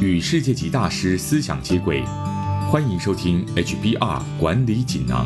与世界级大师思想接轨，欢迎收听 HBR 管理锦囊。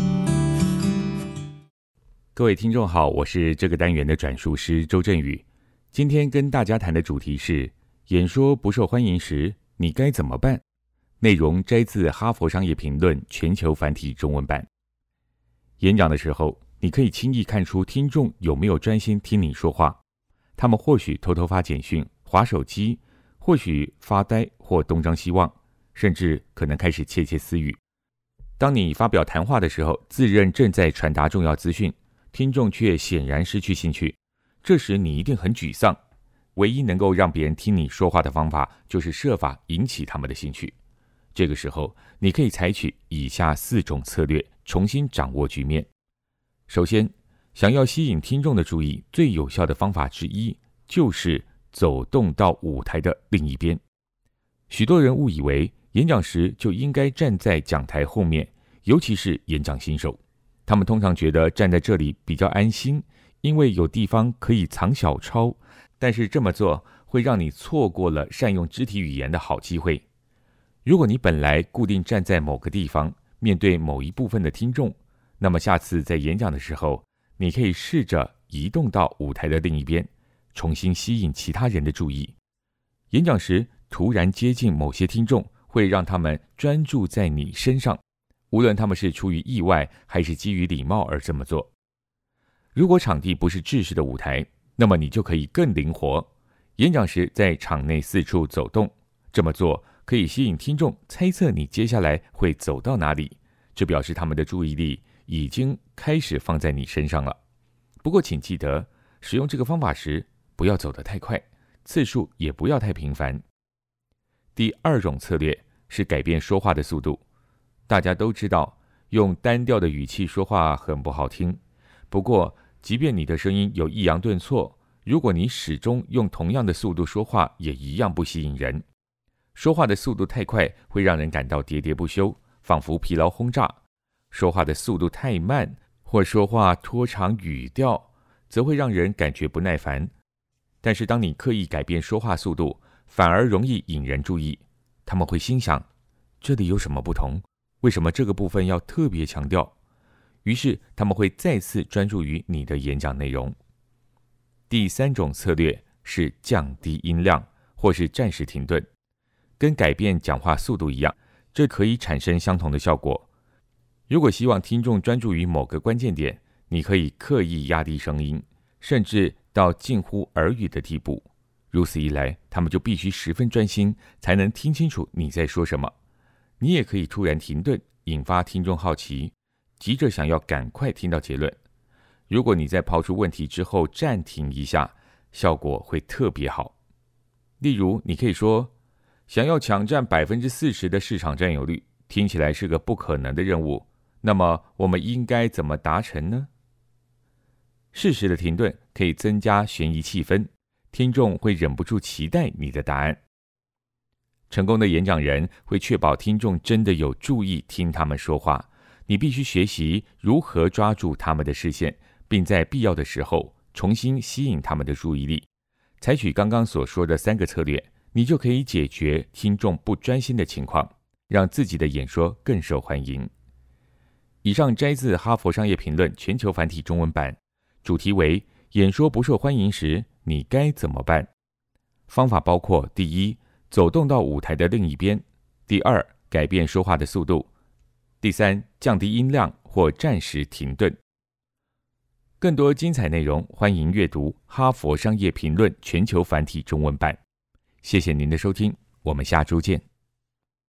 各位听众好，我是这个单元的转述师周振宇。今天跟大家谈的主题是演说不受欢迎时，你该怎么办？内容摘自《哈佛商业评论》全球繁体中文版。演讲的时候，你可以轻易看出听众有没有专心听你说话。他们或许偷偷发简讯、滑手机，或许发呆或东张西望，甚至可能开始窃窃私语。当你发表谈话的时候，自认正在传达重要资讯，听众却显然失去兴趣，这时你一定很沮丧。唯一能够让别人听你说话的方法，就是设法引起他们的兴趣。这个时候，你可以采取以下4种策略，重新掌握局面。首先，想要吸引听众的注意，最有效的方法之一，就是走动到舞台的另一边。许多人误以为演讲时就应该站在讲台后面，尤其是演讲新手。他们通常觉得站在这里比较安心，因为有地方可以藏小抄，但是这么做会让你错过了善用肢体语言的好机会。如果你本来固定站在某个地方，面对某一部分的听众，那么下次在演讲的时候，你可以试着移动到舞台的另一边，重新吸引其他人的注意。演讲时突然接近某些听众，会让他们专注在你身上，无论他们是出于意外还是基于礼貌而这么做。如果场地不是制式的舞台，那么你就可以更灵活。演讲时在场内四处走动，这么做可以吸引听众猜测你接下来会走到哪里，这表示他们的注意力已经开始放在你身上了。不过请记得，使用这个方法时，不要走得太快，次数也不要太频繁。第2种策略是改变说话的速度。大家都知道，用单调的语气说话很不好听。不过，即便你的声音有抑扬顿挫，如果你始终用同样的速度说话，也一样不吸引人。说话的速度太快，会让人感到喋喋不休，仿佛疲劳轰炸。说话的速度太慢，或说话拖长语调，则会让人感觉不耐烦。但是当你刻意改变说话速度，反而容易引人注意。他们会心想，这里有什么不同？为什么这个部分要特别强调？于是他们会再次专注于你的演讲内容。第3种策略是降低音量，或是暂时停顿。跟改变讲话速度一样，这可以产生相同的效果。如果希望听众专注于某个关键点，你可以刻意压低声音，甚至到近乎耳语的地步。如此一来，他们就必须十分专心，才能听清楚你在说什么。你也可以突然停顿，引发听众好奇，急着想要赶快听到结论。如果你在抛出问题之后暂停一下，效果会特别好。例如，你可以说，想要抢占40%的市场占有率，听起来是个不可能的任务。那么，我们应该怎么达成呢？适时的停顿可以增加悬疑气氛，听众会忍不住期待你的答案。成功的演讲人会确保听众真的有注意听他们说话。你必须学习如何抓住他们的视线，并在必要的时候重新吸引他们的注意力。采取刚刚所说的3个策略，你就可以解决听众不专心的情况，让自己的演说更受欢迎。以上摘自《哈佛商业评论》全球繁体中文版，主题为演说不受欢迎时，你该怎么办？方法包括：第1，走动到舞台的另一边；第2，改变说话的速度；第3，降低音量或暂时停顿。更多精彩内容，欢迎阅读《哈佛商业评论》全球繁体中文版。谢谢您的收听，我们下周见。